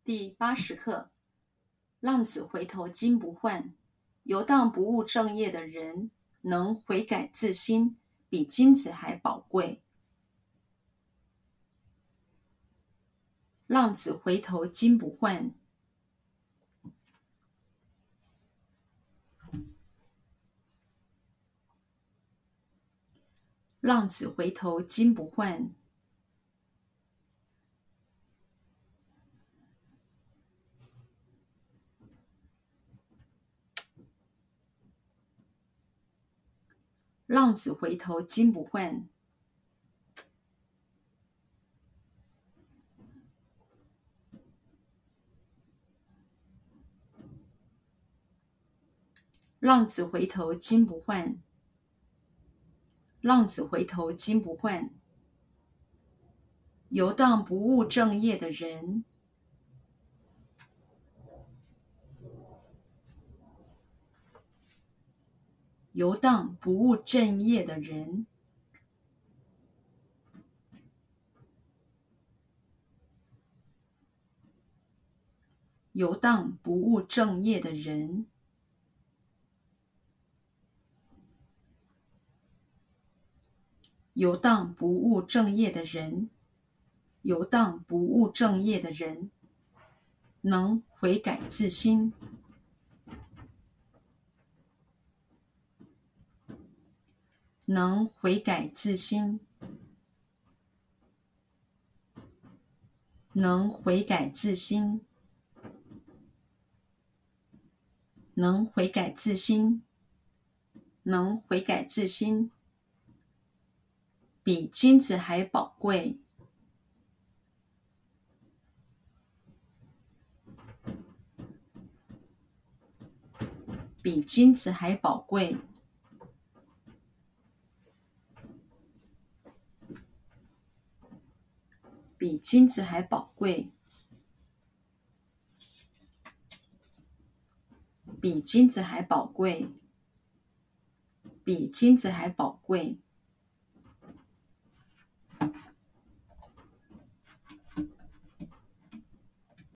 第80课，浪子回头金不换。游荡不务正业的人，能悔改自新，比金子还宝贵。浪子回头金不换。浪子回头金不换。浪子回头金不换。浪子回头金不换。浪子回头金不换。游荡不务正业的人，游荡不务正业的人，游荡不务正业的人，游荡不务正业的人，游荡不务正业的人，能悔改自新，能悔改自新，能悔改自新，能悔改自新，能悔改自新，比金子还宝贵。比金子还宝贵。比金子还宝贵。比金子还宝贵。比金子还宝贵。